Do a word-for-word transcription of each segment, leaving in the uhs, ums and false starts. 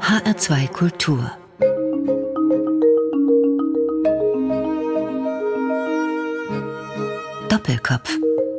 H R zwei Kultur. Doppelkopf.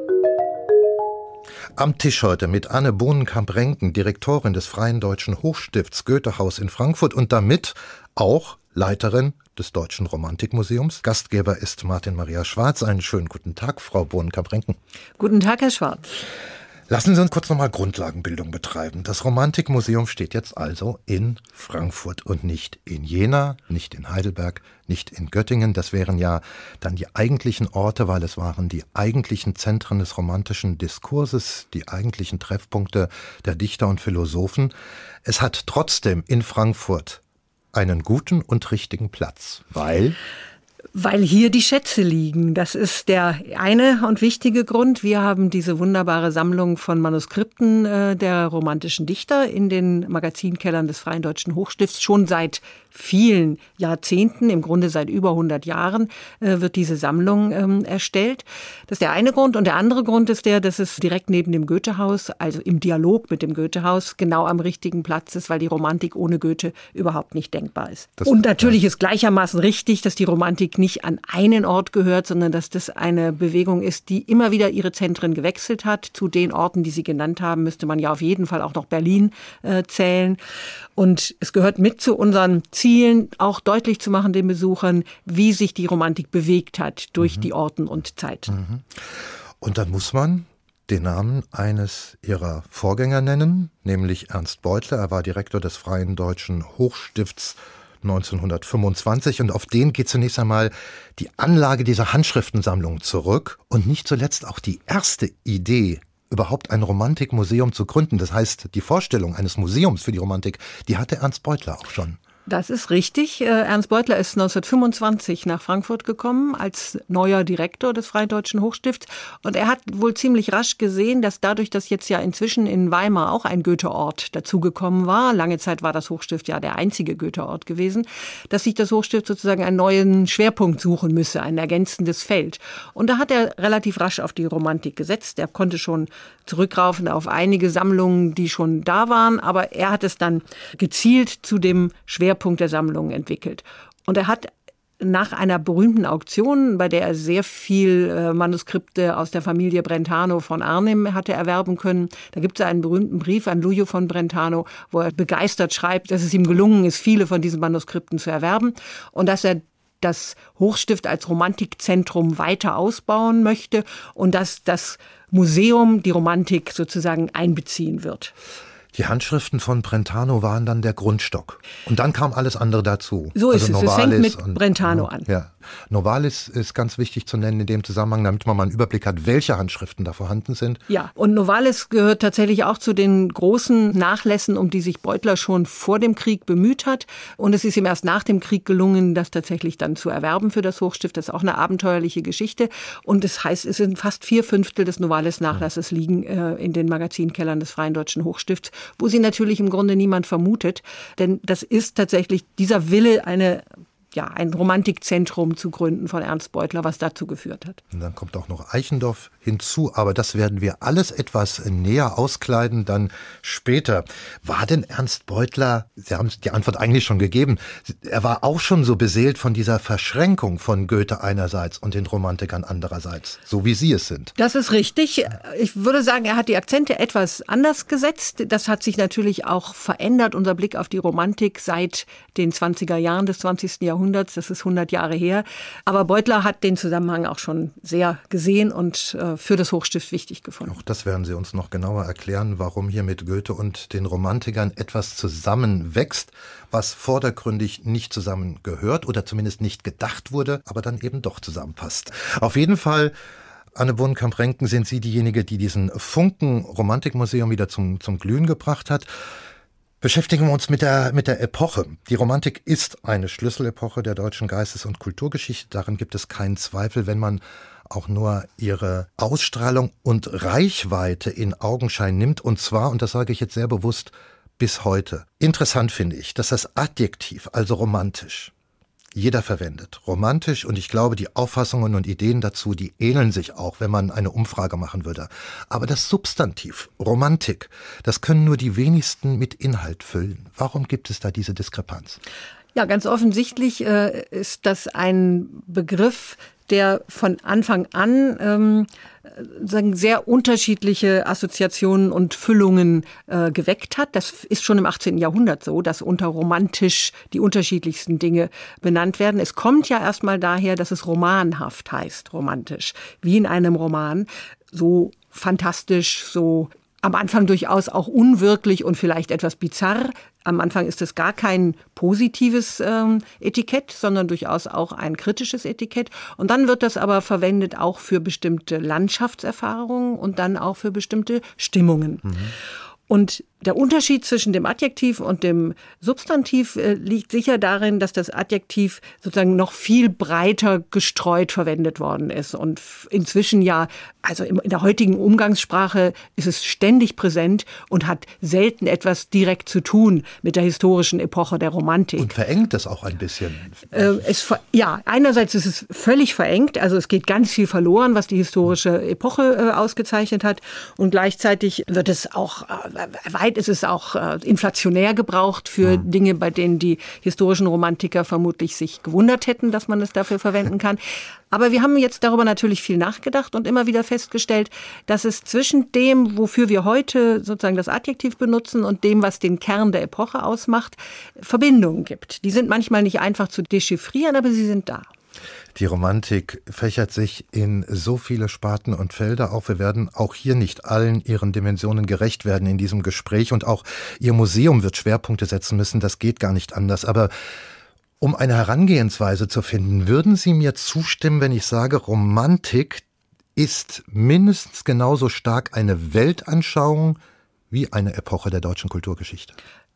Am Tisch heute mit Anne Bohnenkamp-Renken, Direktorin des Freien Deutschen Hochstifts Goethehaus in Frankfurt und damit auch Leiterin des Deutschen Romantikmuseums. Gastgeber ist Martin Maria Schwarz. Einen schönen guten Tag, Frau Bohnenkamp-Renken. Guten Tag, Herr Schwarz. Lassen Sie uns kurz nochmal Grundlagenbildung betreiben. Das Romantikmuseum steht jetzt also in Frankfurt und nicht in Jena, nicht in Heidelberg, nicht in Göttingen. Das wären ja dann die eigentlichen Orte, weil es waren die eigentlichen Zentren des romantischen Diskurses, die eigentlichen Treffpunkte der Dichter und Philosophen. Es hat trotzdem in Frankfurt einen guten und richtigen Platz, weil... Weil hier die Schätze liegen. Das ist der eine und wichtige Grund. Wir haben diese wunderbare Sammlung von Manuskripten äh, der romantischen Dichter in den Magazinkellern des Freien Deutschen Hochstifts schon seit vielen Jahrzehnten, im Grunde seit über hundert Jahren, äh, wird diese Sammlung ähm, erstellt. Das ist der eine Grund. Und der andere Grund ist der, dass es direkt neben dem Goethehaus, also im Dialog mit dem Goethehaus, genau am richtigen Platz ist, weil die Romantik ohne Goethe überhaupt nicht denkbar ist. Das, und natürlich ja. ist gleichermaßen richtig, dass die Romantik nicht an einen Ort gehört, sondern dass das eine Bewegung ist, die immer wieder ihre Zentren gewechselt hat. Zu den Orten, die Sie genannt haben, müsste man ja auf jeden Fall auch noch Berlin äh, zählen. Und es gehört mit zu unseren Zielen, auch deutlich zu machen den Besuchern, wie sich die Romantik bewegt hat durch mhm. die Orten und Zeiten. Mhm. Und dann muss man den Namen eines ihrer Vorgänger nennen, nämlich Ernst Beutler. Er war Direktor des Freien Deutschen Hochstifts neunzehnhundertfünfundzwanzig und auf den geht zunächst einmal die Anlage dieser Handschriftensammlung zurück und nicht zuletzt auch die erste Idee, überhaupt ein Romantikmuseum zu gründen. Das heißt, die Vorstellung eines Museums für die Romantik, die hatte Ernst Beutler auch schon. Das ist richtig. Ernst Beutler ist neunzehnhundertfünfundzwanzig nach Frankfurt gekommen als neuer Direktor des Freien Deutschen Hochstifts. Und er hat wohl ziemlich rasch gesehen, dass dadurch, dass jetzt ja inzwischen in Weimar auch ein Goethe-Ort dazugekommen war, lange Zeit war das Hochstift ja der einzige Goethe-Ort gewesen, dass sich das Hochstift sozusagen einen neuen Schwerpunkt suchen müsse, ein ergänzendes Feld. Und da hat er relativ rasch auf die Romantik gesetzt. Er konnte schon zurückgreifen auf einige Sammlungen, die schon da waren, aber er hat es dann gezielt zu dem Schwerpunkt Punkt der Sammlung entwickelt. Und er hat nach einer berühmten Auktion, bei der er sehr viel äh, Manuskripte aus der Familie Brentano von Arnim hatte erwerben können, da gibt es einen berühmten Brief an Lujo von Brentano, wo er begeistert schreibt, dass es ihm gelungen ist, viele von diesen Manuskripten zu erwerben und dass er das Hochstift als Romantikzentrum weiter ausbauen möchte und dass das Museum die Romantik sozusagen einbeziehen wird. Die Handschriften von Brentano waren dann der Grundstock. Und dann kam alles andere dazu. So ist also es. Es fängt mit und, Brentano an. Ja. Novalis ist ganz wichtig zu nennen in dem Zusammenhang, damit man mal einen Überblick hat, welche Handschriften da vorhanden sind. Ja, und Novalis gehört tatsächlich auch zu den großen Nachlässen, um die sich Beutler schon vor dem Krieg bemüht hat. Und es ist ihm erst nach dem Krieg gelungen, das tatsächlich dann zu erwerben für das Hochstift. Das ist auch eine abenteuerliche Geschichte. Und das heißt, es sind fast vier Fünftel des Novalis-Nachlasses liegen äh, in den Magazinkellern des Freien Deutschen Hochstifts, wo sie natürlich im Grunde niemand vermutet. Denn das ist tatsächlich dieser Wille, eine ja, ein Romantikzentrum zu gründen von Ernst Beutler, was dazu geführt hat. Und dann kommt auch noch Eichendorff hinzu, aber das werden wir alles etwas näher auskleiden dann später. War denn Ernst Beutler, Sie haben die Antwort eigentlich schon gegeben, er war auch schon so beseelt von dieser Verschränkung von Goethe einerseits und den Romantikern andererseits, so wie Sie es sind? Das ist richtig. Ich würde sagen, er hat die Akzente etwas anders gesetzt. Das hat sich natürlich auch verändert, unser Blick auf die Romantik seit den zwanziger Jahren des zwanzigsten Jahrhunderts. Das ist hundert Jahre her. Aber Beutler hat den Zusammenhang auch schon sehr gesehen und äh, für das Hochstift wichtig gefunden. Auch das werden Sie uns noch genauer erklären, warum hier mit Goethe und den Romantikern etwas zusammenwächst, was vordergründig nicht zusammengehört oder zumindest nicht gedacht wurde, aber dann eben doch zusammenpasst. Auf jeden Fall, Anne Bohnenkamp-Renken, sind Sie diejenige, die diesen Funken Romantikmuseum wieder zum, zum Glühen gebracht hat. Beschäftigen wir uns mit der, mit der Epoche. Die Romantik ist eine Schlüsselepoche der deutschen Geistes- und Kulturgeschichte. Darin gibt es keinen Zweifel, wenn man auch nur ihre Ausstrahlung und Reichweite in Augenschein nimmt. Und zwar, und das sage ich jetzt sehr bewusst, bis heute. Interessant finde ich, dass das Adjektiv, also romantisch, jeder verwendet. Romantisch, und ich glaube, die Auffassungen und Ideen dazu, die ähneln sich auch, wenn man eine Umfrage machen würde. Aber das Substantiv, Romantik, das können nur die wenigsten mit Inhalt füllen. Warum gibt es da diese Diskrepanz? Ja, ganz offensichtlich äh, ist das ein Begriff, der von Anfang an ähm, sagen, sehr unterschiedliche Assoziationen und Füllungen äh, geweckt hat. Das ist schon im achtzehnten Jahrhundert so, dass unter romantisch die unterschiedlichsten Dinge benannt werden. Es kommt ja erstmal daher, dass es romanhaft heißt, romantisch, wie in einem Roman, so fantastisch, so am Anfang durchaus auch unwirklich und vielleicht etwas bizarr. Am Anfang ist es gar kein positives ähm, Etikett, sondern durchaus auch ein kritisches Etikett. Und dann wird das aber verwendet auch für bestimmte Landschaftserfahrungen und dann auch für bestimmte Stimmungen. Mhm. Und der Unterschied zwischen dem Adjektiv und dem Substantiv äh, liegt sicher darin, dass das Adjektiv sozusagen noch viel breiter gestreut verwendet worden ist. Und inzwischen ja, also in der heutigen Umgangssprache ist es ständig präsent und hat selten etwas direkt zu tun mit der historischen Epoche der Romantik. Und verengt es auch ein bisschen? Äh, es, ja, einerseits ist es völlig verengt, also es geht ganz viel verloren, was die historische Epoche äh, ausgezeichnet hat. Und gleichzeitig wird es auch äh, weit ist es auch äh, inflationär gebraucht für mhm. Dinge, bei denen die historischen Romantiker vermutlich sich gewundert hätten, dass man es dafür verwenden kann. Aber wir haben jetzt darüber natürlich viel nachgedacht und immer wieder festgestellt, dass es zwischen dem, wofür wir heute sozusagen das Adjektiv benutzen, und dem, was den Kern der Epoche ausmacht, Verbindungen gibt. Die sind manchmal nicht einfach zu dechiffrieren, aber sie sind da. Die Romantik fächert sich in so viele Sparten und Felder auf. Wir werden auch hier nicht allen ihren Dimensionen gerecht werden in diesem Gespräch. Und auch Ihr Museum wird Schwerpunkte setzen müssen. Das geht gar nicht anders. Aber um eine Herangehensweise zu finden, würden Sie mir zustimmen, wenn ich sage, Romantik ist mindestens genauso stark eine Weltanschauung wie eine Epoche der deutschen Kulturgeschichte?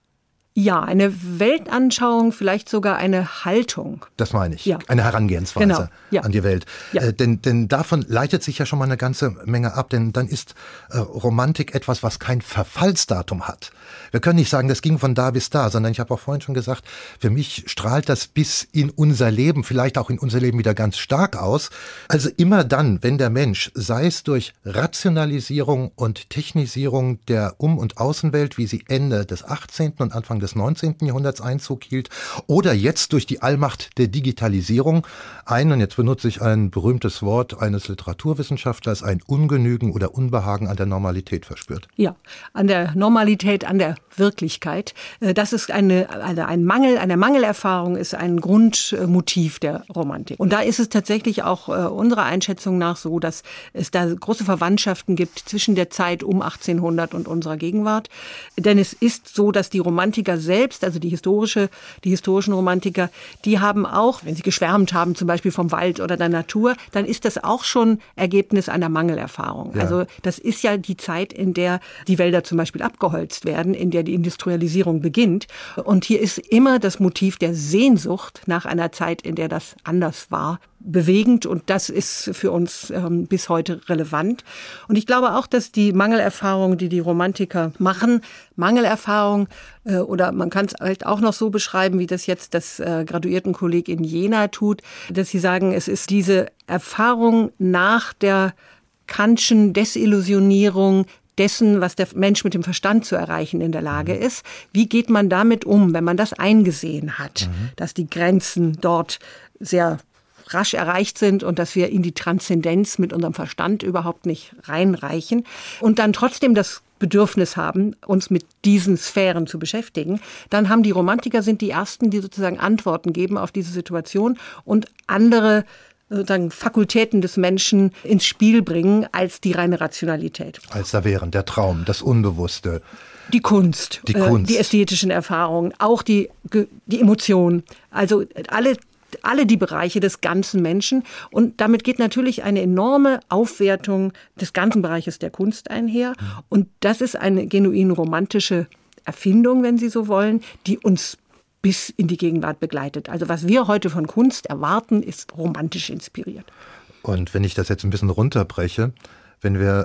Ja, eine Weltanschauung, vielleicht sogar eine Haltung. Das meine ich, ja. Eine Herangehensweise genau. ja. an die Welt. Ja. Äh, denn, denn davon leitet sich ja schon mal eine ganze Menge ab, denn dann ist äh, Romantik etwas, was kein Verfallsdatum hat. Wir können nicht sagen, das ging von da bis da, sondern ich habe auch vorhin schon gesagt, für mich strahlt das bis in unser Leben, vielleicht auch in unser Leben wieder ganz stark aus. Also immer dann, wenn der Mensch, sei es durch Rationalisierung und Technisierung der Um- und Außenwelt, wie sie Ende des achtzehnten und Anfang des neunzehnten Jahrhunderts Einzug hielt, oder jetzt durch die Allmacht der Digitalisierung ein, und jetzt benutze ich ein berühmtes Wort eines Literaturwissenschaftlers, ein Ungenügen oder Unbehagen an der Normalität verspürt. Ja, an der Normalität, an der Wirklichkeit. Das ist eine, eine, ein Mangel, eine Mangelerfahrung ist ein Grundmotiv der Romantik. Und da ist es tatsächlich auch äh, unserer Einschätzung nach so, dass es da große Verwandtschaften gibt zwischen der Zeit um achtzehnhundert und unserer Gegenwart. Denn es ist so, dass die Romantiker selbst, also die historische, die historischen Romantiker, die haben auch, wenn sie geschwärmt haben, zum Beispiel vom Wald oder der Natur, dann ist das auch schon Ergebnis einer Mangelerfahrung. Ja. Also das ist ja die Zeit, in der die Wälder zum Beispiel abgeholzt werden, in der die Industrialisierung beginnt. Und hier ist immer das Motiv der Sehnsucht nach einer Zeit, in der das anders war, bewegend. Und das ist für uns ähm, bis heute relevant. Und ich glaube auch, dass die Mangelerfahrung, die die Romantiker machen, Mangelerfahrung, äh, oder man kann es halt auch noch so beschreiben, wie das jetzt das äh, Graduiertenkolleg in Jena tut, dass sie sagen, es ist diese Erfahrung nach der Kantschen Desillusionierung dessen, was der Mensch mit dem Verstand zu erreichen in der Lage ist. Wie geht man damit um, wenn man das eingesehen hat, mhm. dass die Grenzen dort sehr rasch erreicht sind und dass wir in die Transzendenz mit unserem Verstand überhaupt nicht reinreichen und dann trotzdem das Bedürfnis haben, uns mit diesen Sphären zu beschäftigen, dann haben die Romantiker sind die Ersten, die sozusagen Antworten geben auf diese Situation und andere sozusagen Fakultäten des Menschen ins Spiel bringen als die reine Rationalität. Als da wären der Traum, das Unbewusste. Die Kunst, die, Kunst. Äh, die ästhetischen Erfahrungen, auch die, die Emotionen, also alle alle die Bereiche des ganzen Menschen. Und damit geht natürlich eine enorme Aufwertung des ganzen Bereiches der Kunst einher. Und das ist eine genuin romantische Erfindung, wenn Sie so wollen, die uns bis in die Gegenwart begleitet. Also was wir heute von Kunst erwarten, ist romantisch inspiriert. Und wenn ich das jetzt ein bisschen runterbreche, wenn wir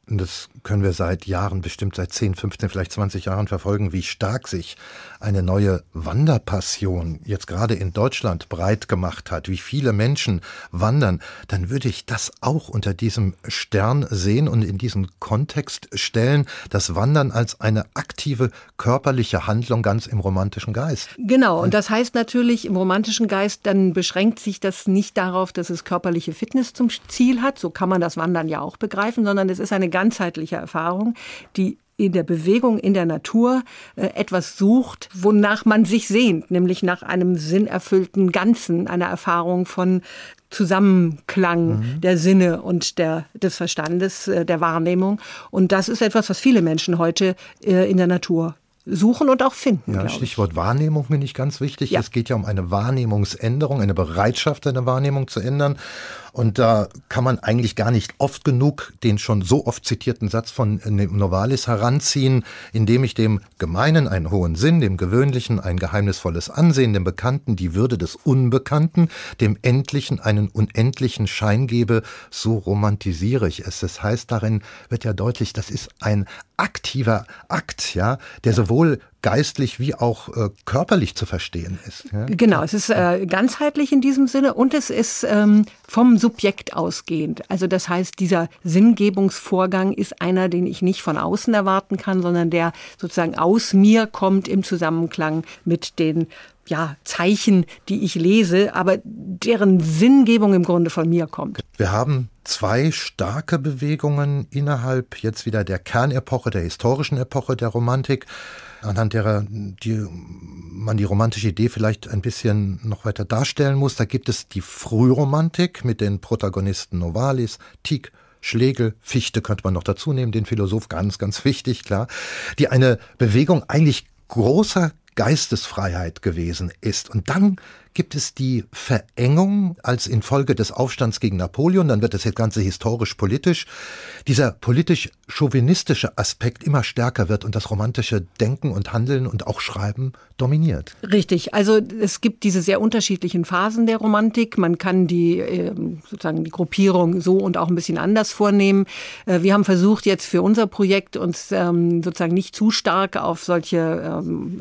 Und das können wir seit Jahren, bestimmt seit zehn, fünfzehn, vielleicht zwanzig Jahren verfolgen, wie stark sich eine neue Wanderpassion jetzt gerade in Deutschland breit gemacht hat, wie viele Menschen wandern, dann würde ich das auch unter diesem Stern sehen und in diesen Kontext stellen, das Wandern als eine aktive körperliche Handlung ganz im romantischen Geist. Genau, und das heißt natürlich im romantischen Geist, dann beschränkt sich das nicht darauf, dass es körperliche Fitness zum Ziel hat, so kann man das Wandern ja auch begreifen, sondern es ist eine ganzheitliche Erfahrung, die in der Bewegung, in der Natur äh, etwas sucht, wonach man sich sehnt, nämlich nach einem sinnerfüllten Ganzen, einer Erfahrung von Zusammenklang mhm. der Sinne und der, des Verstandes, äh, der Wahrnehmung. Und das ist etwas, was viele Menschen heute äh, in der Natur suchen und auch finden. Ja, Stichwort ich. Wahrnehmung finde ich ganz wichtig. Ja. Es geht ja um eine Wahrnehmungsänderung, eine Bereitschaft, eine Wahrnehmung zu ändern. Und da kann man eigentlich gar nicht oft genug den schon so oft zitierten Satz von Novalis heranziehen, indem ich dem Gemeinen einen hohen Sinn, dem Gewöhnlichen ein geheimnisvolles Ansehen, dem Bekannten die Würde des Unbekannten, dem Endlichen einen unendlichen Schein gebe, so romantisiere ich es. Das heißt, darin wird ja deutlich, das ist ein aktiver Akt, ja, der sowohl geistlich wie auch äh, körperlich zu verstehen ist. Ja? Genau, es ist äh, ganzheitlich in diesem Sinne und es ist ähm, vom Subjekt ausgehend. Also das heißt, dieser Sinngebungsvorgang ist einer, den ich nicht von außen erwarten kann, sondern der sozusagen aus mir kommt im Zusammenklang mit den ja, Zeichen, die ich lese, aber deren Sinngebung im Grunde von mir kommt. Wir haben zwei starke Bewegungen innerhalb jetzt wieder der Kernepoche, der historischen Epoche der Romantik, anhand derer die, man die romantische Idee vielleicht ein bisschen noch weiter darstellen muss. Da gibt es die Frühromantik mit den Protagonisten Novalis, Tieck, Schlegel, Fichte könnte man noch dazu nehmen, den Philosoph, ganz, ganz wichtig, klar, die eine Bewegung eigentlich großer Geistesfreiheit gewesen ist. Und dann gibt es die Verengung als infolge des Aufstands gegen Napoleon, dann wird das Ganze historisch-politisch, dieser politisch-chauvinistische Aspekt immer stärker wird und das romantische Denken und Handeln und auch Schreiben dominiert. Richtig, also es gibt diese sehr unterschiedlichen Phasen der Romantik. Man kann die sozusagen die Gruppierung so und auch ein bisschen anders vornehmen. Wir haben versucht jetzt für unser Projekt uns sozusagen nicht zu stark auf solche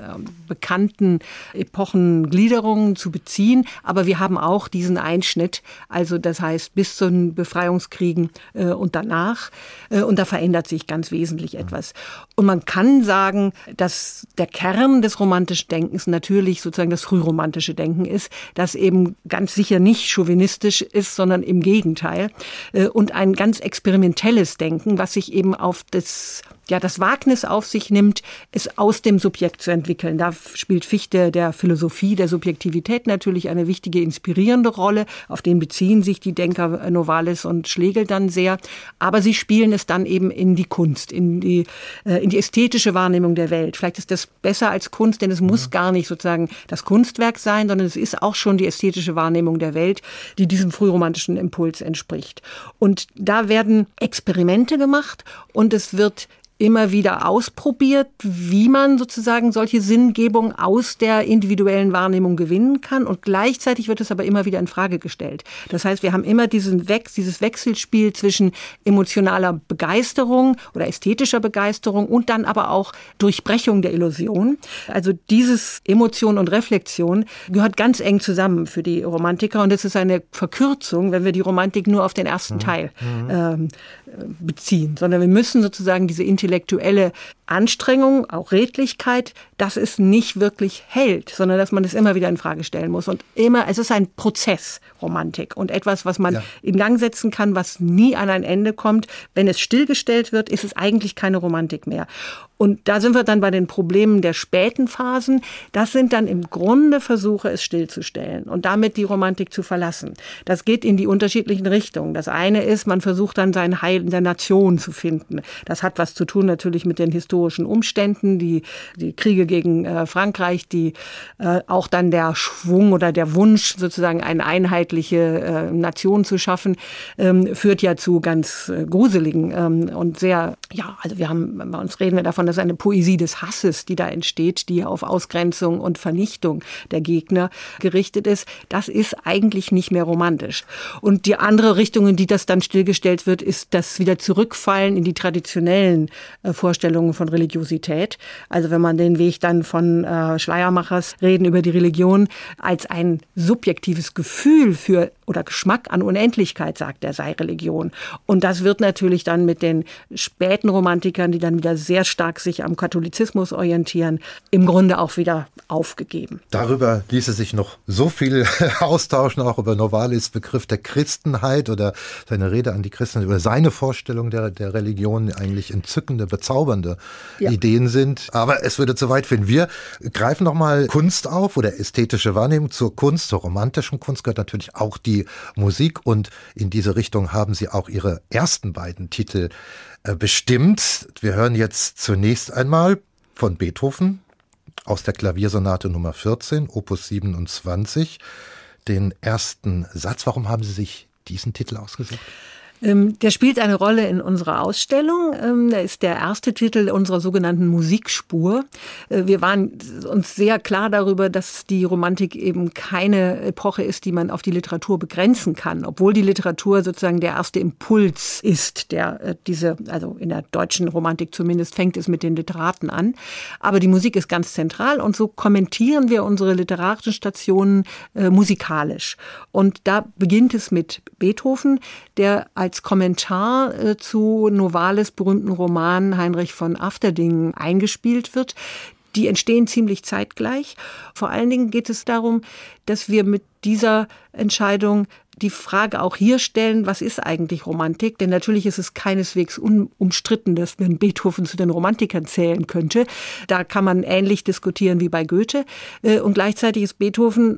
bekannten Epochengliederungen zu beziehen. Ziehen, aber wir haben auch diesen Einschnitt, also das heißt bis zu den Befreiungskriegen äh, und danach äh, und da verändert sich ganz wesentlich etwas. Und man kann sagen, dass der Kern des romantischen Denkens natürlich sozusagen das frühromantische Denken ist, das eben ganz sicher nicht chauvinistisch ist, sondern im Gegenteil äh, und ein ganz experimentelles Denken, was sich eben auf das ja, das Wagnis auf sich nimmt, es aus dem Subjekt zu entwickeln. Da spielt Fichte der Philosophie, der Subjektivität natürlich eine wichtige, inspirierende Rolle. Auf den beziehen sich die Denker Novalis und Schlegel dann sehr. Aber sie spielen es dann eben in die Kunst, in die, äh, in die ästhetische Wahrnehmung der Welt. Vielleicht ist das besser als Kunst, denn es mhm. muss gar nicht sozusagen das Kunstwerk sein, sondern es ist auch schon die ästhetische Wahrnehmung der Welt, die diesem frühromantischen Impuls entspricht. Und da werden Experimente gemacht und es wird immer wieder ausprobiert, wie man sozusagen solche Sinngebung aus der individuellen Wahrnehmung gewinnen kann. Und gleichzeitig wird es aber immer wieder in Frage gestellt. Das heißt, wir haben immer diesen Wex, dieses Wechselspiel zwischen emotionaler Begeisterung oder ästhetischer Begeisterung und dann aber auch Durchbrechung der Illusion. Also dieses Emotion und Reflexion gehört ganz eng zusammen für die Romantiker. Und es ist eine Verkürzung, wenn wir die Romantik nur auf den ersten Teil ähm, beziehen. Sondern wir müssen sozusagen diese intellektuelle Anstrengung, auch Redlichkeit, dass es nicht wirklich hält, sondern dass man es immer wieder in Frage stellen muss. Und immer, es ist ein Prozess, Romantik. Und etwas, was man ja. in Gang setzen kann, was nie an ein Ende kommt. Wenn es stillgestellt wird, ist es eigentlich keine Romantik mehr. Und da sind wir dann bei den Problemen der späten Phasen. Das sind dann im Grunde Versuche, es stillzustellen und damit die Romantik zu verlassen. Das geht in die unterschiedlichen Richtungen. Das eine ist, man versucht dann sein Heil in der Nation zu finden. Das hat was zu tun natürlich mit den historischen Umständen, die, die Kriege gegen äh, Frankreich, die äh, auch dann der Schwung oder der Wunsch, sozusagen eine einheitliche äh, Nation zu schaffen, ähm, führt ja zu ganz äh, gruseligen ähm, und sehr, ja, also wir haben, bei uns reden wir davon, davon, das ist eine Poesie des Hasses, die da entsteht, die auf Ausgrenzung und Vernichtung der Gegner gerichtet ist. Das ist eigentlich nicht mehr romantisch. Und die andere Richtung, in die das dann stillgestellt wird, ist das wieder Zurückfallen in die traditionellen äh, Vorstellungen von Religiosität. Also wenn man den Weg dann von äh, Schleiermachers reden über die Religion als ein subjektives Gefühl für oder Geschmack an Unendlichkeit, sagt er, sei Religion. Und das wird natürlich dann mit den späten Romantikern, die dann wieder sehr stark sich am Katholizismus orientieren, im Grunde auch wieder aufgegeben. Darüber ließe sich noch so viel austauschen, auch über Novalis Begriff der Christenheit oder seine Rede an die Christen, über seine Vorstellung der, der Religion, eigentlich entzückende, bezaubernde ja. Ideen sind. Aber es würde zu weit finden. Wir greifen nochmal Kunst auf oder ästhetische Wahrnehmung. Zur Kunst, zur romantischen Kunst gehört natürlich auch die Musik, und in diese Richtung haben Sie auch Ihre ersten beiden Titel äh, bestimmt. Wir hören jetzt zunächst einmal von Beethoven aus der Klaviersonate Nummer vierzehn, Opus siebenundzwanzig, den ersten Satz. Warum haben Sie sich diesen Titel ausgesucht? Der spielt eine Rolle in unserer Ausstellung. Der ist der erste Titel unserer sogenannten Musikspur. Wir waren uns sehr klar darüber, dass die Romantik eben keine Epoche ist, die man auf die Literatur begrenzen kann, obwohl die Literatur sozusagen der erste Impuls ist, der diese, also in der deutschen Romantik zumindest, fängt es mit den Literaten an. Aber die Musik ist ganz zentral, und so kommentieren wir unsere literarischen Stationen äh, musikalisch. Und da beginnt es mit Beethoven, der als Kommentar äh, zu Novalis berühmten Roman Heinrich von Afterdingen eingespielt wird. Die entstehen ziemlich zeitgleich. Vor allen Dingen geht es darum, dass wir mit dieser Entscheidung die Frage auch hier stellen, was ist eigentlich Romantik? Denn natürlich ist es keineswegs unumstritten, dass man Beethoven zu den Romantikern zählen könnte. Da kann man ähnlich diskutieren wie bei Goethe. Und gleichzeitig ist Beethoven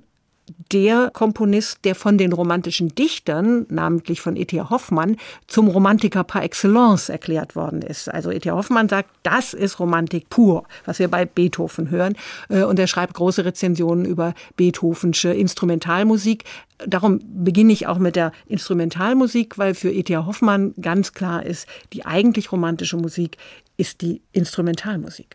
der Komponist, der von den romantischen Dichtern, namentlich von E T A Hoffmann, zum Romantiker par excellence erklärt worden ist. Also E T A Hoffmann sagt, das ist Romantik pur, was wir bei Beethoven hören. Und er schreibt große Rezensionen über beethovensche Instrumentalmusik. Darum beginne ich auch mit der Instrumentalmusik, weil für E T A Hoffmann ganz klar ist, die eigentlich romantische Musik ist die Instrumentalmusik.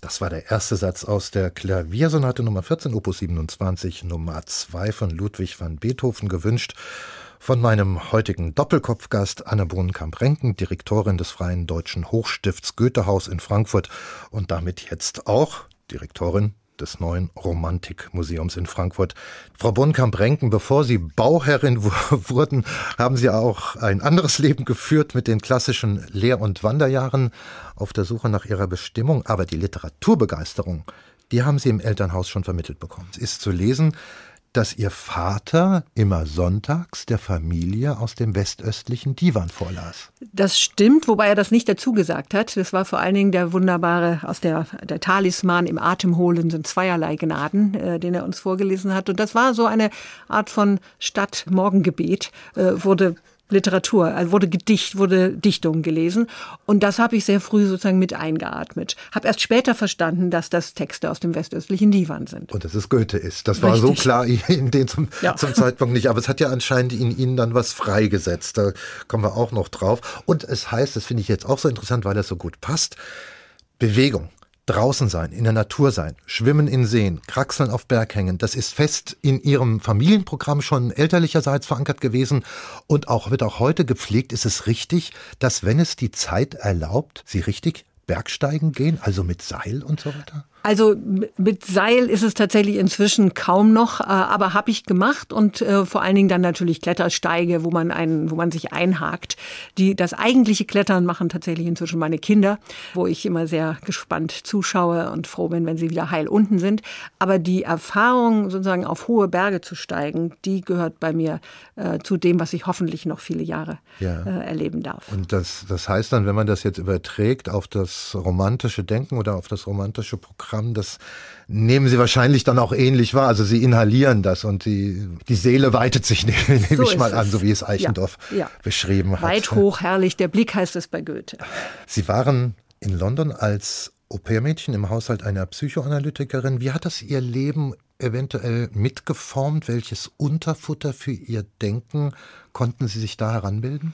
Das war der erste Satz aus der Klaviersonate Nummer vierzehn, Opus siebenundzwanzig, Nummer zwei von Ludwig van Beethoven, gewünscht von meinem heutigen Doppelkopfgast Anne Bohnenkamp-Renken, Direktorin des Freien Deutschen Hochstifts Goethehaus in Frankfurt und damit jetzt auch Direktorin des neuen Romantikmuseums in Frankfurt. Frau Bohnenkamp-Renken, bevor Sie Bauherrin w- wurden, haben Sie auch ein anderes Leben geführt mit den klassischen Lehr- und Wanderjahren auf der Suche nach Ihrer Bestimmung. Aber die Literaturbegeisterung, die haben Sie im Elternhaus schon vermittelt bekommen. Es ist zu lesen, dass Ihr Vater immer sonntags der Familie aus dem westöstlichen Divan vorlas. Das stimmt, wobei er das nicht dazu gesagt hat. Das war vor allen Dingen der wunderbare, aus der, der Talisman im Atemholenden zweierlei Gnaden, äh, den er uns vorgelesen hat. Und das war so eine Art von Stadtmorgengebet, äh, wurde Literatur, also wurde Gedicht, wurde Dichtung gelesen. Und das habe ich sehr früh sozusagen mit eingeatmet. Habe erst später verstanden, dass das Texte aus dem westöstlichen Divan sind. Und dass es Goethe ist. Das war Richtig. So klar in den zum, ja. zum Zeitpunkt nicht. Aber es hat ja anscheinend in Ihnen dann was freigesetzt. Da kommen wir auch noch drauf. Und es heißt, das finde ich jetzt auch so interessant, weil das so gut passt, Bewegung. Draußen sein, in der Natur sein, schwimmen in Seen, kraxeln auf Berghängen, das ist fest in Ihrem Familienprogramm schon elterlicherseits verankert gewesen und auch wird auch heute gepflegt. Ist es richtig, dass, wenn es die Zeit erlaubt, Sie richtig Bergsteigen gehen, also mit Seil und so weiter? Also mit Seil ist es tatsächlich inzwischen kaum noch, aber habe ich gemacht und äh, vor allen Dingen dann natürlich Klettersteige, wo man einen, wo man sich einhakt. Die das eigentliche Klettern machen tatsächlich inzwischen meine Kinder, wo ich immer sehr gespannt zuschaue und froh bin, wenn sie wieder heil unten sind. Aber die Erfahrung, sozusagen auf hohe Berge zu steigen, die gehört bei mir äh, zu dem, was ich hoffentlich noch viele Jahre ja. äh, erleben darf. Und das, das heißt dann, wenn man das jetzt überträgt auf das romantische Denken oder auf das romantische Programm, das nehmen Sie wahrscheinlich dann auch ähnlich wahr. Also Sie inhalieren das und die, die Seele weitet sich, nehme so ich mal an, so wie es Eichendorff ja, ja. beschrieben hat. Weit hoch, herrlich, der Blick heißt es bei Goethe. Sie waren in London als Au-pair-Mädchen im Haushalt einer Psychoanalytikerin. Wie hat das Ihr Leben eventuell mitgeformt? Welches Unterfutter für Ihr Denken konnten Sie sich da heranbilden?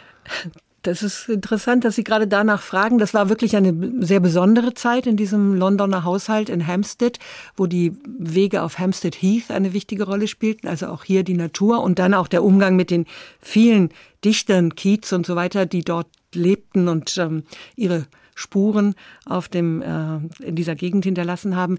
Das ist interessant, dass Sie gerade danach fragen. Das war wirklich eine sehr besondere Zeit in diesem Londoner Haushalt in Hampstead, wo die Wege auf Hampstead Heath eine wichtige Rolle spielten. Also auch hier die Natur und dann auch der Umgang mit den vielen Dichtern, Keats und so weiter, die dort lebten und ähm, ihre Spuren auf dem, äh, in dieser Gegend hinterlassen haben.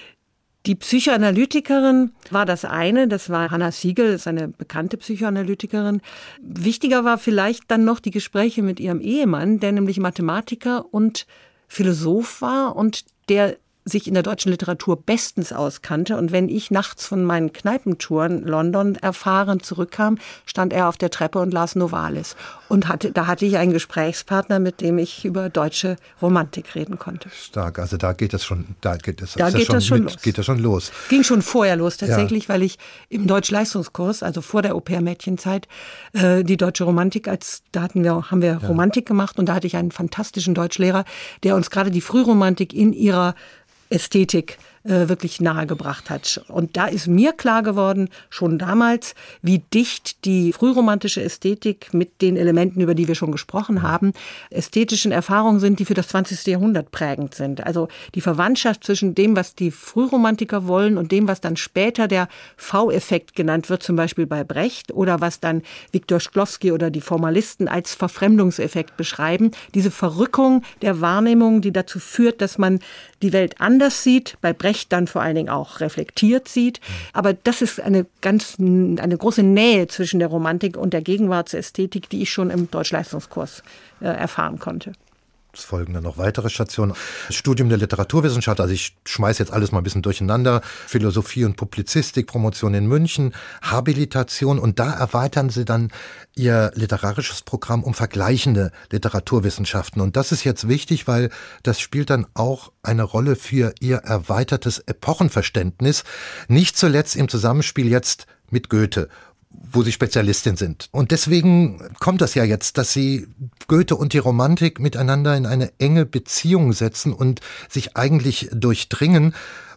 Die Psychoanalytikerin war das eine, das war Hannah Siegel, das ist eine bekannte Psychoanalytikerin. Wichtiger war vielleicht dann noch die Gespräche mit ihrem Ehemann, der nämlich Mathematiker und Philosoph war und der sich in der deutschen Literatur bestens auskannte. Und wenn ich nachts von meinen Kneipentouren London erfahren zurückkam, stand er auf der Treppe und las Novalis. Und hatte, da hatte ich einen Gesprächspartner, mit dem ich über deutsche Romantik reden konnte. Stark, also da geht es schon, da geht es, da ist geht das schon, schon mit, los. Geht das schon los. Ging schon vorher los tatsächlich, ja. weil ich im Deutschleistungskurs, also vor der Au-pair-Mädchenzeit, äh, die deutsche Romantik, als da hatten wir, haben wir ja. Romantik gemacht und da hatte ich einen fantastischen Deutschlehrer, der uns gerade die Frühromantik in ihrer Ästhetik äh, wirklich nahegebracht hat. Und da ist mir klar geworden, schon damals, wie dicht die frühromantische Ästhetik mit den Elementen, über die wir schon gesprochen haben, ästhetischen Erfahrungen sind, die für das zwanzigste Jahrhundert prägend sind. Also die Verwandtschaft zwischen dem, was die Frühromantiker wollen und dem, was dann später der V-Effekt genannt wird, zum Beispiel bei Brecht, oder was dann Viktor Szklovsky oder die Formalisten als Verfremdungseffekt beschreiben. Diese Verrückung der Wahrnehmung, die dazu führt, dass man die Welt anders sieht, bei Brecht dann vor allen Dingen auch reflektiert sieht. Aber das ist eine ganz, eine große Nähe zwischen der Romantik und der Gegenwartsästhetik, die ich schon im Deutschleistungskurs äh, erfahren konnte. Es folgen dann noch weitere Stationen. Studium der Literaturwissenschaft, also ich schmeiße jetzt alles mal ein bisschen durcheinander. Philosophie und Publizistik, Promotion in München, Habilitation und da erweitern Sie dann Ihr literarisches Programm um vergleichende Literaturwissenschaften. Und das ist jetzt wichtig, weil das spielt dann auch eine Rolle für Ihr erweitertes Epochenverständnis. Nicht zuletzt im Zusammenspiel jetzt mit Goethe, wo Sie Spezialistin sind. Und deswegen kommt das ja jetzt, dass Sie Goethe und die Romantik miteinander in eine enge Beziehung setzen und sich eigentlich durchdringen.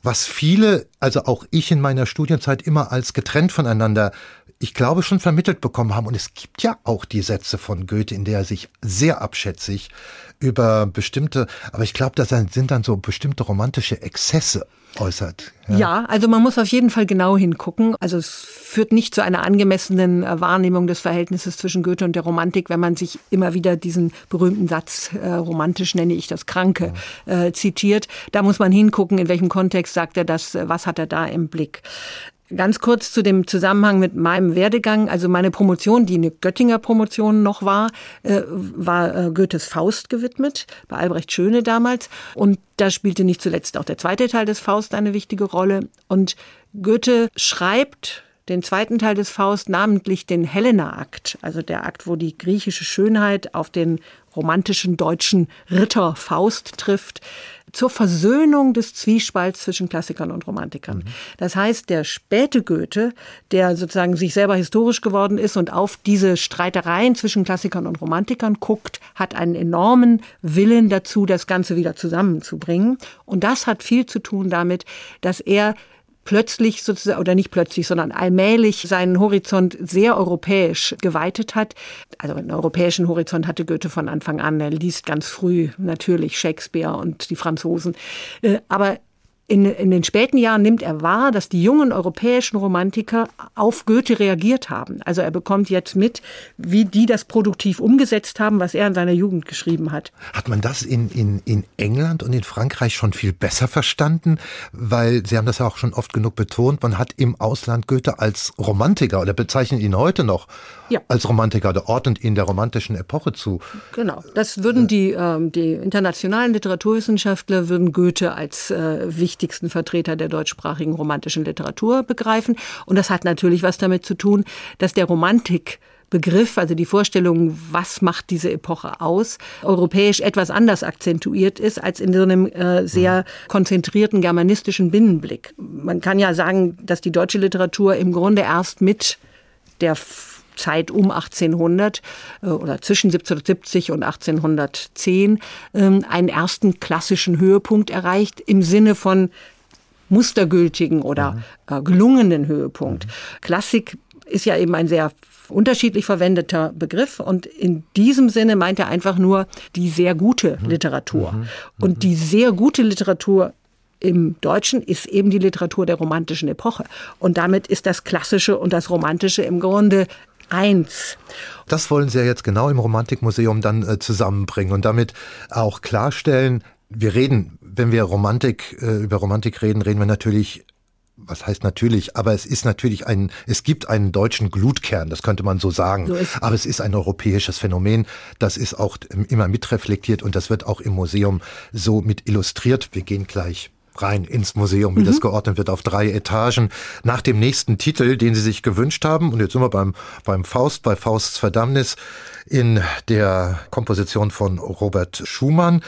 was viele, also auch ich in meiner Studienzeit immer als getrennt voneinander, ich glaube, schon vermittelt bekommen haben. Und es gibt ja auch die Sätze von Goethe, in der er sich sehr abschätzig über bestimmte, aber ich glaube, das sind dann so bestimmte romantische Exzesse äußert. Ja. ja, also man muss auf jeden Fall genau hingucken. Also es führt nicht zu einer angemessenen Wahrnehmung des Verhältnisses zwischen Goethe und der Romantik, wenn man sich immer wieder diesen berühmten Satz, äh, romantisch nenne ich das Kranke, äh, zitiert. Da muss man hingucken, in welchem Kontext sagt er das, was hat er da im Blick. Ganz kurz zu dem Zusammenhang mit meinem Werdegang. Also meine Promotion, die eine Göttinger Promotion noch war, äh, war äh, Goethes Faust gewidmet, bei Albrecht Schöne damals. Und da spielte nicht zuletzt auch der zweite Teil des Faust eine wichtige Rolle. Und Goethe schreibt den zweiten Teil des Faust, namentlich den Helena-Akt, also der Akt, wo die griechische Schönheit auf den romantischen deutschen Ritter Faust trifft, zur Versöhnung des Zwiespalts zwischen Klassikern und Romantikern. Mhm. Das heißt, der späte Goethe, der sozusagen sich selber historisch geworden ist und auf diese Streitereien zwischen Klassikern und Romantikern guckt, hat einen enormen Willen dazu, das Ganze wieder zusammenzubringen. Und das hat viel zu tun damit, dass er plötzlich sozusagen, oder nicht plötzlich, sondern allmählich seinen Horizont sehr europäisch geweitet hat. Also einen europäischen Horizont hatte Goethe von Anfang an. Er liest ganz früh natürlich Shakespeare und die Franzosen. Aber in, in den späten Jahren nimmt er wahr, dass die jungen europäischen Romantiker auf Goethe reagiert haben. Also er bekommt jetzt mit, wie die das produktiv umgesetzt haben, was er in seiner Jugend geschrieben hat. Hat man das in, in, in England und in Frankreich schon viel besser verstanden? Weil, Sie haben das ja auch schon oft genug betont, man hat im Ausland Goethe als Romantiker oder bezeichnet ihn heute noch ja. als Romantiker oder ordnet ihn der romantischen Epoche zu. Genau, das würden die, ähm, die internationalen Literaturwissenschaftler würden Goethe als äh, wichtigsten Vertreter der deutschsprachigen romantischen Literatur begreifen. Und das hat natürlich was damit zu tun, dass der Romantikbegriff, also die Vorstellung, was macht diese Epoche aus, europäisch etwas anders akzentuiert ist als in so einem äh, sehr konzentrierten germanistischen Binnenblick. Man kann ja sagen, dass die deutsche Literatur im Grunde erst mit der Zeit um achtzehnhundert oder zwischen siebzehnhundertsiebzig und achtzehnhundertzehn einen ersten klassischen Höhepunkt erreicht im Sinne von mustergültigen oder mhm. gelungenen Höhepunkt. Mhm. Klassik ist ja eben ein sehr unterschiedlich verwendeter Begriff und in diesem Sinne meint er einfach nur die sehr gute mhm. Literatur. Mhm. Und die sehr gute Literatur im Deutschen ist eben die Literatur der romantischen Epoche. Und damit ist das Klassische und das Romantische im Grunde eins. Das wollen Sie ja jetzt genau im Romantikmuseum dann äh, zusammenbringen und damit auch klarstellen, wir reden, wenn wir Romantik, äh, über Romantik reden, reden wir natürlich, was heißt natürlich, aber es ist natürlich ein, es gibt einen deutschen Glutkern, das könnte man so sagen. So ist. Aber es ist ein europäisches Phänomen, das ist auch immer mitreflektiert und das wird auch im Museum so mit illustriert. Wir gehen gleich rein ins Museum, wie mhm. das geordnet wird, auf drei Etagen. Nach dem nächsten Titel, den Sie sich gewünscht haben, und jetzt sind wir beim, beim Faust, bei Fausts Verdammnis in der Komposition von Robert Schumann.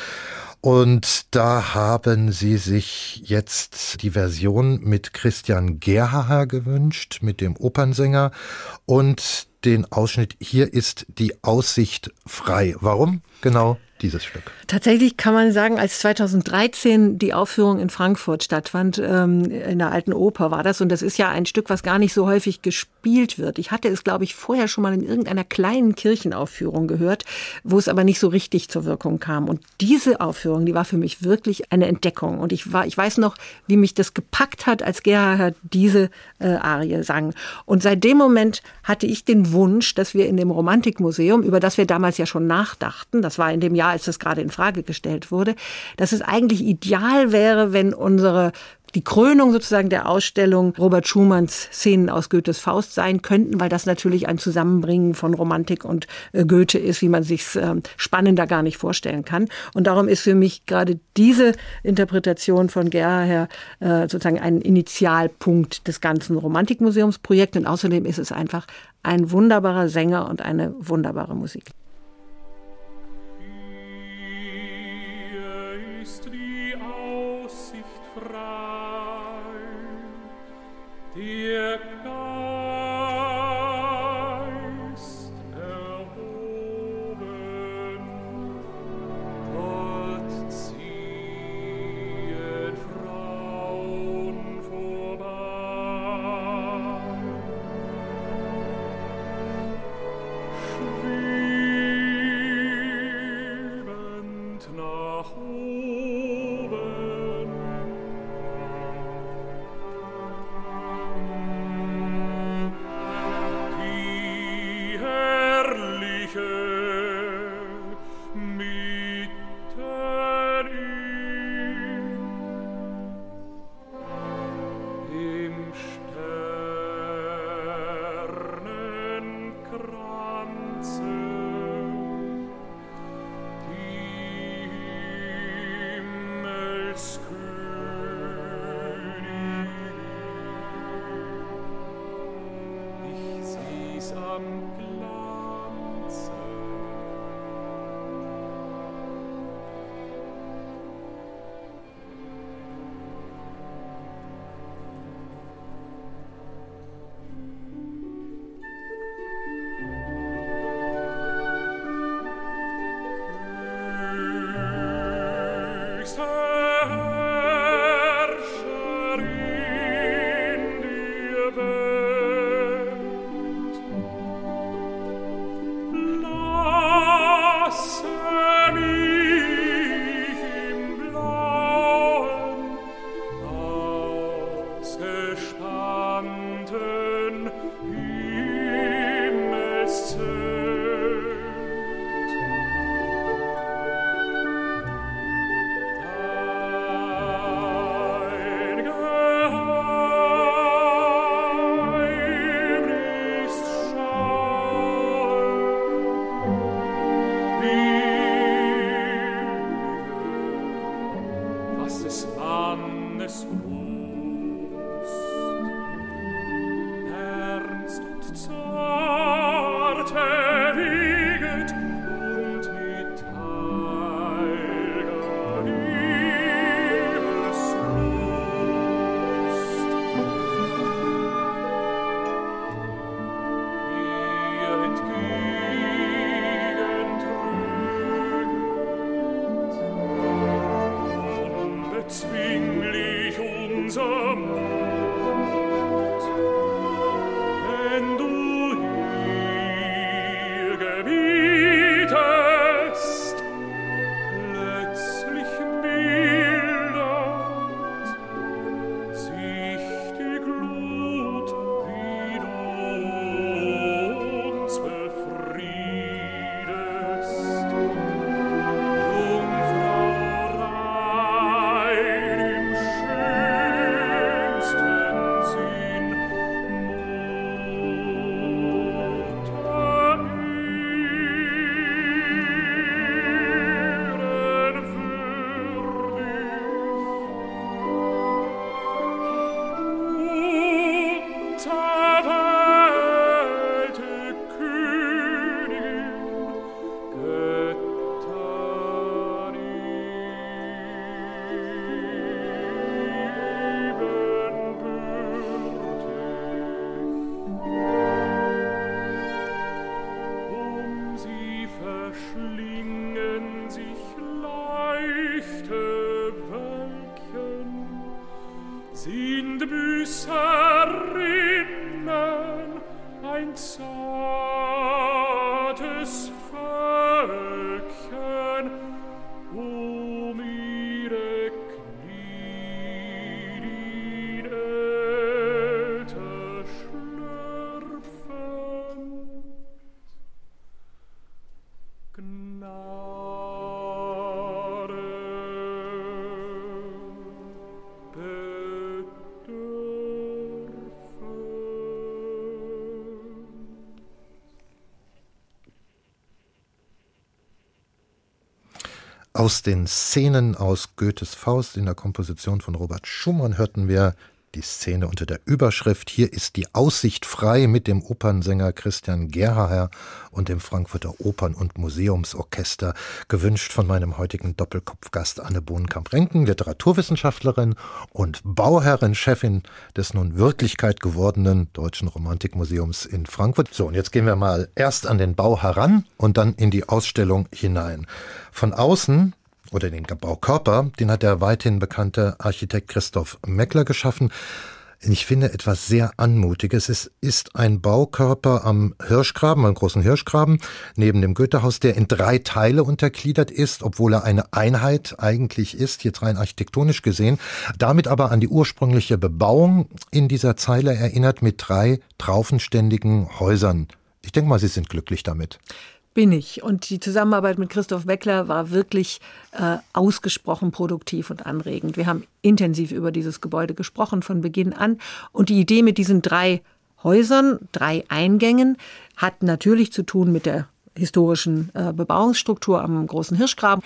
Und da haben Sie sich jetzt die Version mit Christian Gerhaher gewünscht, mit dem Opernsänger, und den Ausschnitt "Hier ist die Aussicht frei". Warum genau dieses Stück? Tatsächlich kann man sagen, als zweitausenddreizehn die Aufführung in Frankfurt stattfand, ähm, in der Alten Oper war das. Und das ist ja ein Stück, was gar nicht so häufig gespielt wird. Ich hatte es, glaube ich, vorher schon mal in irgendeiner kleinen Kirchenaufführung gehört, wo es aber nicht so richtig zur Wirkung kam. Und diese Aufführung, die war für mich wirklich eine Entdeckung. Und ich war, ich weiß noch, wie mich das gepackt hat, als Gerhaher diese äh, Arie sang. Und seit dem Moment hatte ich den Wunsch, dass wir in dem Romantikmuseum, über das wir damals ja schon nachdachten, das war in dem Jahr, als das gerade in Frage gestellt wurde, dass es eigentlich ideal wäre, wenn unsere die Krönung sozusagen der Ausstellung Robert Schumanns Szenen aus Goethes Faust sein könnten, weil das natürlich ein Zusammenbringen von Romantik und äh, Goethe ist, wie man sich äh, spannender gar nicht vorstellen kann. Und darum ist für mich gerade diese Interpretation von Gerhaher äh, sozusagen ein Initialpunkt des ganzen Romantikmuseumsprojekts. Und außerdem ist es einfach ein wunderbarer Sänger und eine wunderbare Musik. Der Geist erhoben, Gott ziehet Frau Aus den Szenen aus Goethes Faust in der Komposition von Robert Schumann hörten wir die Szene unter der Überschrift "Hier ist die Aussicht frei" mit dem Opernsänger Christian Gerhaher und dem Frankfurter Opern- und Museumsorchester, gewünscht von meinem heutigen Doppelkopfgast Anne Bohnenkamp-Renken, Literaturwissenschaftlerin und Bauherrin, Chefin des nun Wirklichkeit gewordenen Deutschen Romantikmuseums in Frankfurt. So, und jetzt gehen wir mal erst an den Bau heran und dann in die Ausstellung hinein. Von außen oder den Baukörper, den hat der weithin bekannte Architekt Christoph Meckler geschaffen. Ich finde etwas sehr Anmutiges. Es ist ein Baukörper am Hirschgraben, am großen Hirschgraben, neben dem Goethehaus, der in drei Teile untergliedert ist, obwohl er eine Einheit eigentlich ist, jetzt rein architektonisch gesehen, damit aber an die ursprüngliche Bebauung in dieser Zeile erinnert, mit drei traufenständigen Häusern. Ich denke mal, Sie sind glücklich damit. Bin ich. Und die Zusammenarbeit mit Christoph Meckler war wirklich äh, ausgesprochen produktiv und anregend. Wir haben intensiv über dieses Gebäude gesprochen von Beginn an. Und die Idee mit diesen drei Häusern, drei Eingängen, hat natürlich zu tun mit der historischen äh, Bebauungsstruktur am großen Hirschgraben.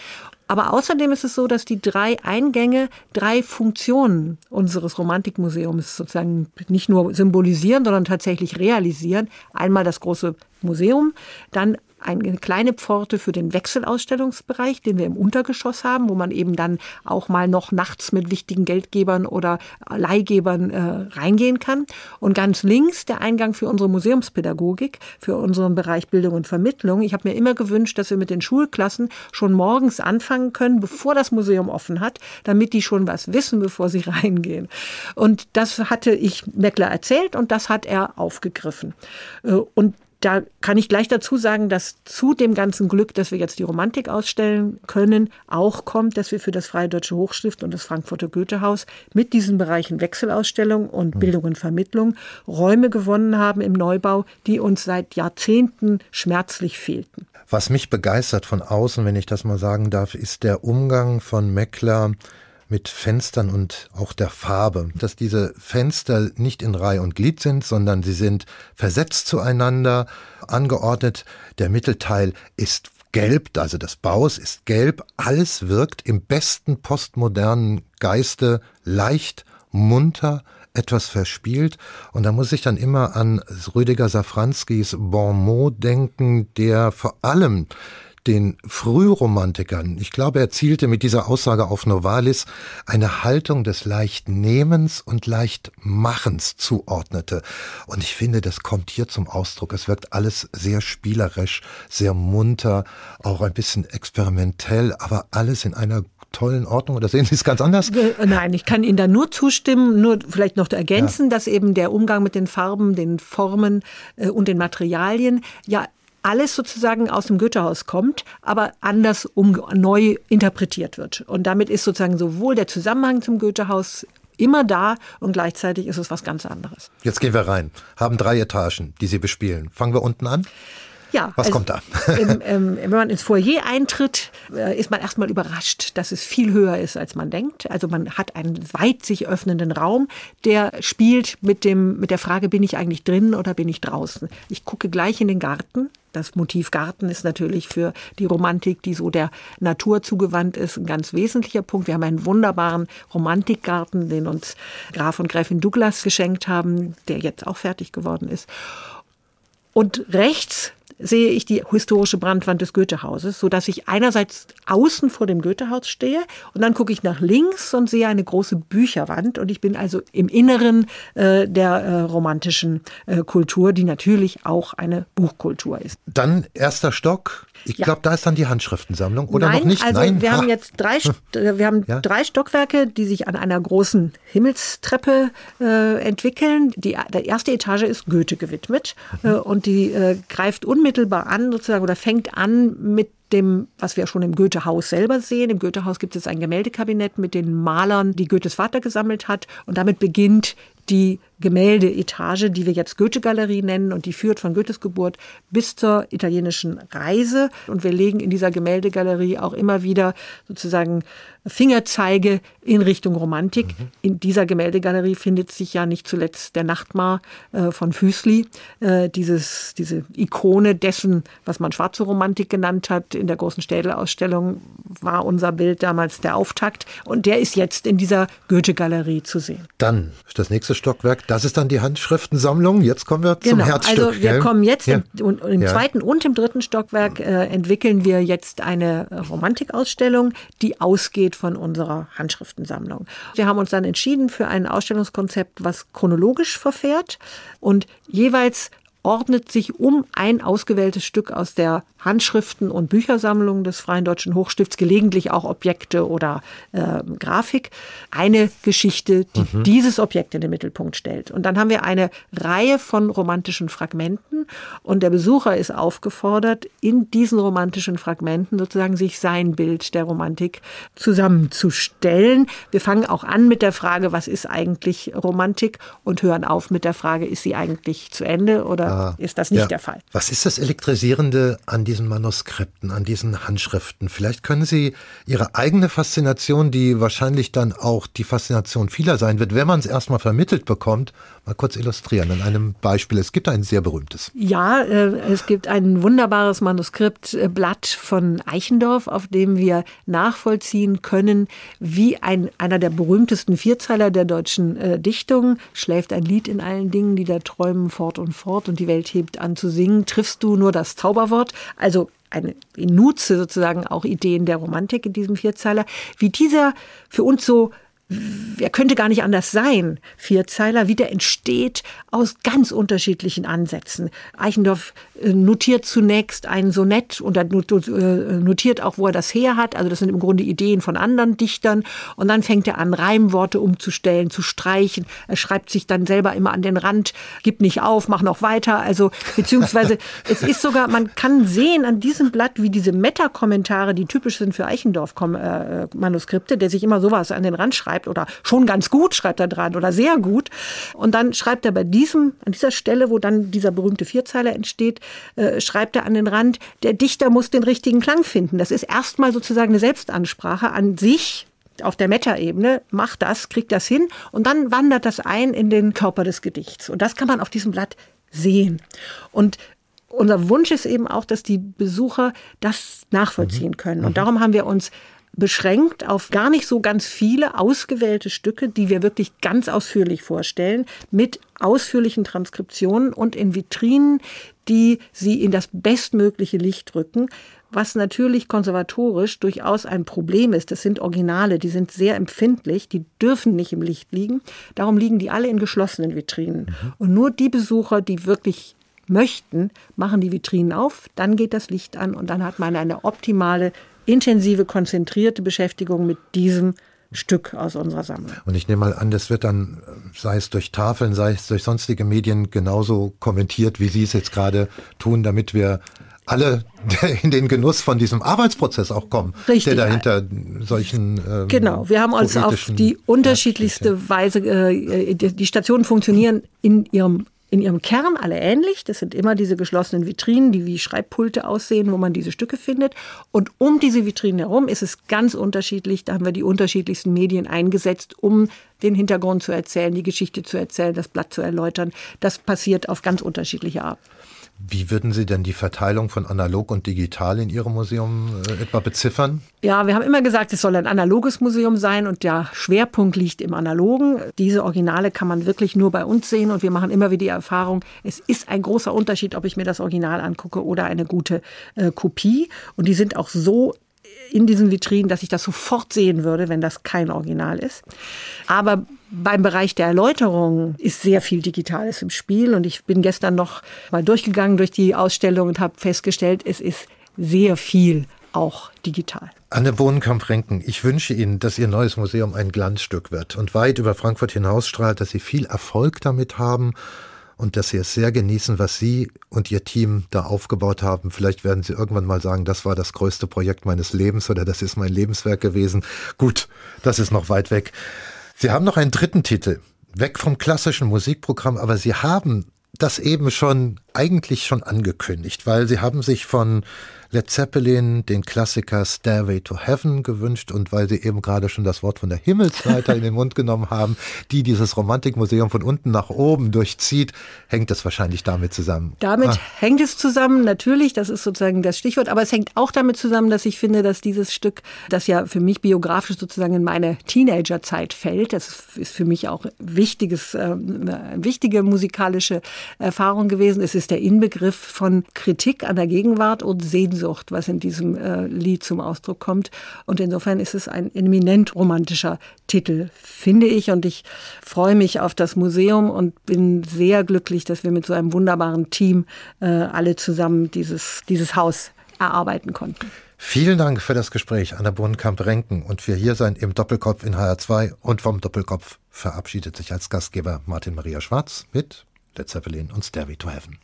Aber außerdem ist es so, dass die drei Eingänge drei Funktionen unseres Romantikmuseums sozusagen nicht nur symbolisieren, sondern tatsächlich realisieren. Einmal das große Museum, dann eine kleine Pforte für den Wechselausstellungsbereich, den wir im Untergeschoss haben, wo man eben dann auch mal noch nachts mit wichtigen Geldgebern oder Leihgebern äh, reingehen kann. Und ganz links der Eingang für unsere Museumspädagogik, für unseren Bereich Bildung und Vermittlung. Ich habe mir immer gewünscht, dass wir mit den Schulklassen schon morgens anfangen können, bevor das Museum offen hat, damit die schon was wissen, bevor sie reingehen. Und das hatte ich Meckler erzählt und das hat er aufgegriffen. Und da kann ich gleich dazu sagen, dass zu dem ganzen Glück, dass wir jetzt die Romantik ausstellen können, auch kommt, dass wir für das Freie Deutsche Hochstift und das Frankfurter Goethehaus mit diesen Bereichen Wechselausstellung und Bildung und Vermittlung Räume gewonnen haben im Neubau, die uns seit Jahrzehnten schmerzlich fehlten. Was mich begeistert von außen, wenn ich das mal sagen darf, ist der Umgang von Meckler mit Fenstern und auch der Farbe. Dass diese Fenster nicht in Reihe und Glied sind, sondern sie sind versetzt zueinander, angeordnet. Der Mittelteil ist gelb, also das Baus ist gelb. Alles wirkt im besten postmodernen Geiste leicht, munter, etwas verspielt. Und da muss ich dann immer an Rüdiger Safranskis Bon mot denken, der vor allem den Frühromantikern, ich glaube, er zielte mit dieser Aussage auf Novalis, eine Haltung des Leichtnehmens und Leichtmachens zuordnete. Und ich finde, das kommt hier zum Ausdruck. Es wirkt alles sehr spielerisch, sehr munter, auch ein bisschen experimentell, aber alles in einer tollen Ordnung. Oder sehen Sie es ganz anders? Nein, ich kann Ihnen da nur zustimmen, nur vielleicht noch ergänzen, ja, dass eben der Umgang mit den Farben, den Formen äh, und den Materialien ja alles sozusagen aus dem Goethehaus kommt, aber anders um, neu interpretiert wird. Und damit ist sozusagen sowohl der Zusammenhang zum Goethehaus immer da und gleichzeitig ist es was ganz anderes. Jetzt gehen wir rein, haben drei Etagen, die Sie bespielen. Fangen wir unten an? Ja, was also kommt da? Im, ähm, wenn man ins Foyer eintritt, äh, ist man erstmal überrascht, dass es viel höher ist, als man denkt. Also man hat einen weit sich öffnenden Raum, der spielt mit dem, mit der Frage, bin ich eigentlich drin oder bin ich draußen? Ich gucke gleich in den Garten. Das Motiv Garten ist natürlich für die Romantik, die so der Natur zugewandt ist, ein ganz wesentlicher Punkt. Wir haben einen wunderbaren Romantikgarten, den uns Graf und Gräfin Douglas geschenkt haben, der jetzt auch fertig geworden ist. Und rechts sehe ich die historische Brandwand des Goethehauses, sodass ich einerseits außen vor dem Goethehaus stehe und dann gucke ich nach links und sehe eine große Bücherwand und ich bin also im Inneren äh, der äh, romantischen äh, Kultur, die natürlich auch eine Buchkultur ist. Dann erster Stock. Ich ja. glaube, da ist dann die Handschriftensammlung, oder Nein, noch nicht? Also Nein, wir ha. haben jetzt drei, wir haben ja? drei Stockwerke, die sich an einer großen Himmelstreppe äh, entwickeln. Die, die erste Etage ist Goethe gewidmet mhm. äh, und die äh, greift unmittelbar an, sozusagen, oder fängt an mit dem, was wir schon im Goethehaus selber sehen. Im Goethehaus gibt es ein Gemäldekabinett mit den Malern, die Goethes Vater gesammelt hat. Und damit beginnt die Gemäldeetage, die wir jetzt Goethe-Galerie nennen und die führt von Goethes Geburt bis zur italienischen Reise. Und wir legen in dieser Gemäldegalerie auch immer wieder sozusagen Fingerzeige in Richtung Romantik. Mhm. In dieser Gemäldegalerie findet sich ja nicht zuletzt der Nachtmar äh, von Füßli, äh, dieses, diese Ikone dessen, was man schwarze Romantik genannt hat. In der großen Städel-Ausstellung war unser Bild damals der Auftakt und der ist jetzt in dieser Goethe-Galerie zu sehen. Dann das nächste Stockwerk, das ist dann die Handschriftensammlung. Jetzt kommen wir zum genau, Herzstück. Also wir gell? kommen jetzt ja. im, im ja. zweiten und im dritten Stockwerk äh, entwickeln wir jetzt eine Romantikausstellung, die ausgeht von unserer Handschriftensammlung. Wir haben uns dann entschieden für ein Ausstellungskonzept, was chronologisch verfährt und jeweils ordnet sich um ein ausgewähltes Stück aus der Handschriften- und Büchersammlung des Freien Deutschen Hochstifts, gelegentlich auch Objekte oder äh, Grafik, eine Geschichte, die mhm. dieses Objekt in den Mittelpunkt stellt. Und dann haben wir eine Reihe von romantischen Fragmenten und der Besucher ist aufgefordert, in diesen romantischen Fragmenten sozusagen sich sein Bild der Romantik zusammenzustellen. Wir fangen auch an mit der Frage, was ist eigentlich Romantik und hören auf mit der Frage, ist sie eigentlich zu Ende oder ah, ist das nicht ja. der Fall? Was ist das Elektrisierende an diesen Manuskripten, an diesen Handschriften? Vielleicht können Sie Ihre eigene Faszination, die wahrscheinlich dann auch die Faszination vieler sein wird, wenn man es erstmal vermittelt bekommt, mal kurz illustrieren an einem Beispiel. Es gibt ein sehr berühmtes. Ja, äh, es gibt ein wunderbares Manuskriptblatt von Eichendorff, auf dem wir nachvollziehen können, wie ein, einer der berühmtesten Vierzeiler der deutschen äh, Dichtung, schläft ein Lied in allen Dingen, die da träumen fort und fort und die Welt hebt an zu singen, triffst du nur das Zauberwort, also eine Nutze sozusagen auch Ideen der Romantik in diesem Vierzeiler, wie dieser für uns so, er könnte gar nicht anders sein, Vierzeiler, wie der entsteht aus ganz unterschiedlichen Ansätzen. Eichendorff notiert zunächst ein Sonett und er notiert auch, wo er das her hat. Also das sind im Grunde Ideen von anderen Dichtern. Und dann fängt er an, Reimworte umzustellen, zu streichen. Er schreibt sich dann selber immer an den Rand, gib nicht auf, mach noch weiter. Also beziehungsweise es ist sogar, man kann sehen an diesem Blatt, wie diese Meta-Kommentare, die typisch sind für Eichendorff-Manuskripte, der sich immer sowas an den Rand schreibt, oder schon ganz gut schreibt er dran oder sehr gut. Und dann schreibt er bei diesem, an dieser Stelle, wo dann dieser berühmte Vierzeiler entsteht, äh, schreibt er an den Rand, der Dichter muss den richtigen Klang finden. Das ist erstmal sozusagen eine Selbstansprache an sich, auf der Meta-Ebene, macht das, kriegt das hin und dann wandert das ein in den Körper des Gedichts. Und das kann man auf diesem Blatt sehen. Und unser Wunsch ist eben auch, dass die Besucher das nachvollziehen können. Und darum haben wir uns beschränkt auf gar nicht so ganz viele ausgewählte Stücke, die wir wirklich ganz ausführlich vorstellen, mit ausführlichen Transkriptionen und in Vitrinen, die sie in das bestmögliche Licht rücken, was natürlich konservatorisch durchaus ein Problem ist. Das sind Originale, die sind sehr empfindlich, die dürfen nicht im Licht liegen. Darum liegen die alle in geschlossenen Vitrinen. Mhm. Und nur die Besucher, die wirklich möchten, machen die Vitrinen auf, dann geht das Licht an und dann hat man eine optimale, intensive, konzentrierte Beschäftigung mit diesem Stück aus unserer Sammlung. Und ich nehme mal an, das wird dann, sei es durch Tafeln, sei es durch sonstige Medien, genauso kommentiert, wie Sie es jetzt gerade tun, damit wir alle in den Genuss von diesem Arbeitsprozess auch kommen, Richtig. Der dahinter solchen ähm, Genau, wir haben uns auf die unterschiedlichste Weise, äh, die Stationen funktionieren in ihrem In ihrem Kern alle ähnlich. Das sind immer diese geschlossenen Vitrinen, die wie Schreibpulte aussehen, wo man diese Stücke findet. Und um diese Vitrinen herum ist es ganz unterschiedlich. Da haben wir die unterschiedlichsten Medien eingesetzt, um den Hintergrund zu erzählen, die Geschichte zu erzählen, das Blatt zu erläutern. Das passiert auf ganz unterschiedliche Art. Wie würden Sie denn die Verteilung von analog und digital in Ihrem Museum äh, etwa beziffern? Ja, wir haben immer gesagt, es soll ein analoges Museum sein und der Schwerpunkt liegt im Analogen. Diese Originale kann man wirklich nur bei uns sehen und wir machen immer wieder die Erfahrung, es ist ein großer Unterschied, ob ich mir das Original angucke oder eine gute äh, Kopie. Und die sind auch so in diesen Vitrinen, dass ich das sofort sehen würde, wenn das kein Original ist. Aber beim Bereich der Erläuterung ist sehr viel Digitales im Spiel. Und ich bin gestern noch mal durchgegangen durch die Ausstellung und habe festgestellt, es ist sehr viel auch digital. Anne Bohnenkamp-Renken, ich wünsche Ihnen, dass Ihr neues Museum ein Glanzstück wird und weit über Frankfurt hinausstrahlt, dass Sie viel Erfolg damit haben und dass Sie es sehr genießen, was Sie und Ihr Team da aufgebaut haben. Vielleicht werden Sie irgendwann mal sagen, das war das größte Projekt meines Lebens oder das ist mein Lebenswerk gewesen. Gut, das ist noch weit weg. Sie haben noch einen dritten Titel, weg vom klassischen Musikprogramm, aber Sie haben das eben schon, eigentlich schon angekündigt, weil Sie haben sich von Led Zeppelin den Klassiker Stairway to Heaven gewünscht und weil Sie eben gerade schon das Wort von der Himmelsleiter in den Mund genommen haben, die dieses Romantikmuseum von unten nach oben durchzieht, hängt das wahrscheinlich damit zusammen. Damit ah. hängt es zusammen, natürlich, das ist sozusagen das Stichwort, aber es hängt auch damit zusammen, dass ich finde, dass dieses Stück, das ja für mich biografisch sozusagen in meine Teenagerzeit fällt, das ist für mich auch wichtiges, äh, eine wichtige musikalische Erfahrung gewesen. Es ist der Inbegriff von Kritik an der Gegenwart und Sehnsucht, was in diesem äh, Lied zum Ausdruck kommt. Und insofern ist es ein eminent romantischer Titel, finde ich. Und ich freue mich auf das Museum und bin sehr glücklich, dass wir mit so einem wunderbaren Team äh, alle zusammen dieses, dieses Haus erarbeiten konnten. Vielen Dank für das Gespräch, Anne Bohnenkamp-Renken. Und für hier sein im Doppelkopf in H R zwei und vom Doppelkopf verabschiedet sich als Gastgeber Martin Maria Schwarz mit Led Zeppelin und Stairway to Heaven.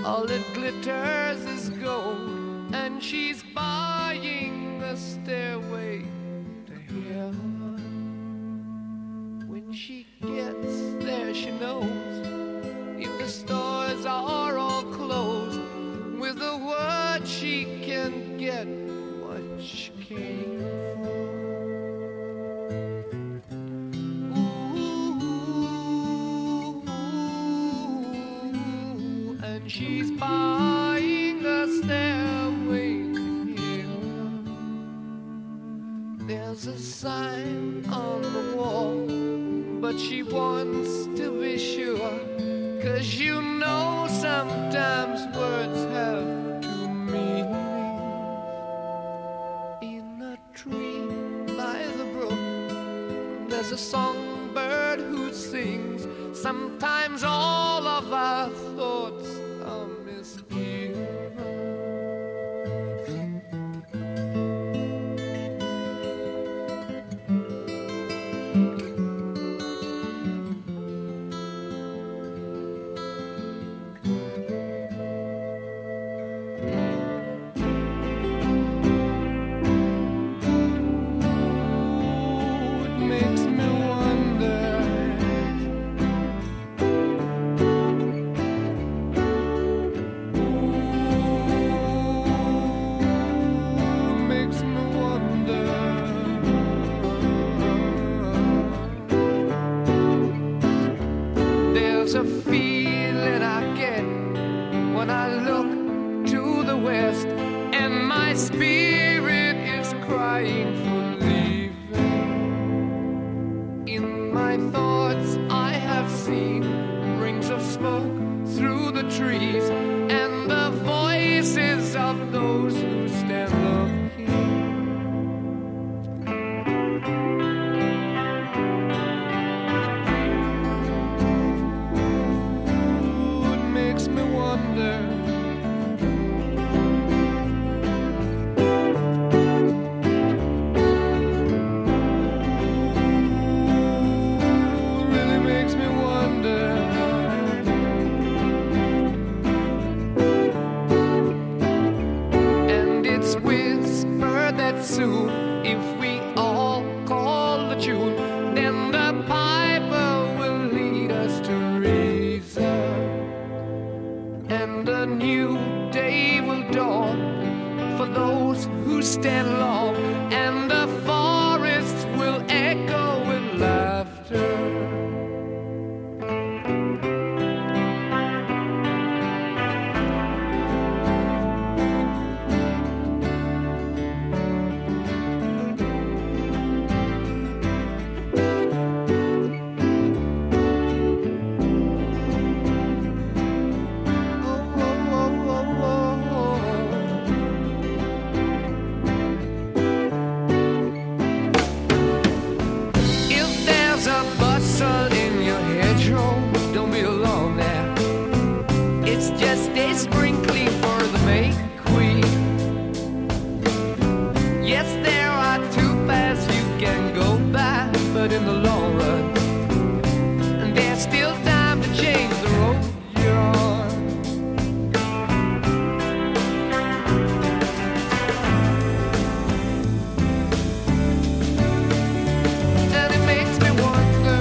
All that glitters is gold, and she's buying a stairway to heaven. When she gets there, she knows if the stores are all closed, with a word she can get what she came for. She's buying a stairway to heaven. There's a sign on the wall, but she wants to be sure, 'cause you know sometimes words have two meanings. In a tree by the brook, there's a songbird who sings. Sometimes all of our thoughts are misgiven. A feeling I get when I look to the west, and my spirit is crying for leaving. In my thoughts I have seen rings of smoke through the trees, and the voices of those who stand looking. Soon, if we all call the tune, then the piper will lead us to reason, and a new day will dawn for those who stand long, and the forests will echo with laughter. Just a sprinkling for the May Queen. Yes, there are two paths you can go by, but in the long run, there's still time to change the road you're on. And it makes me wonder,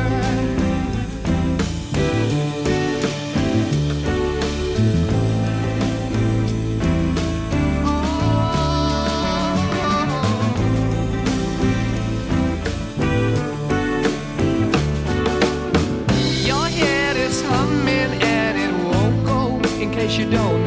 you don't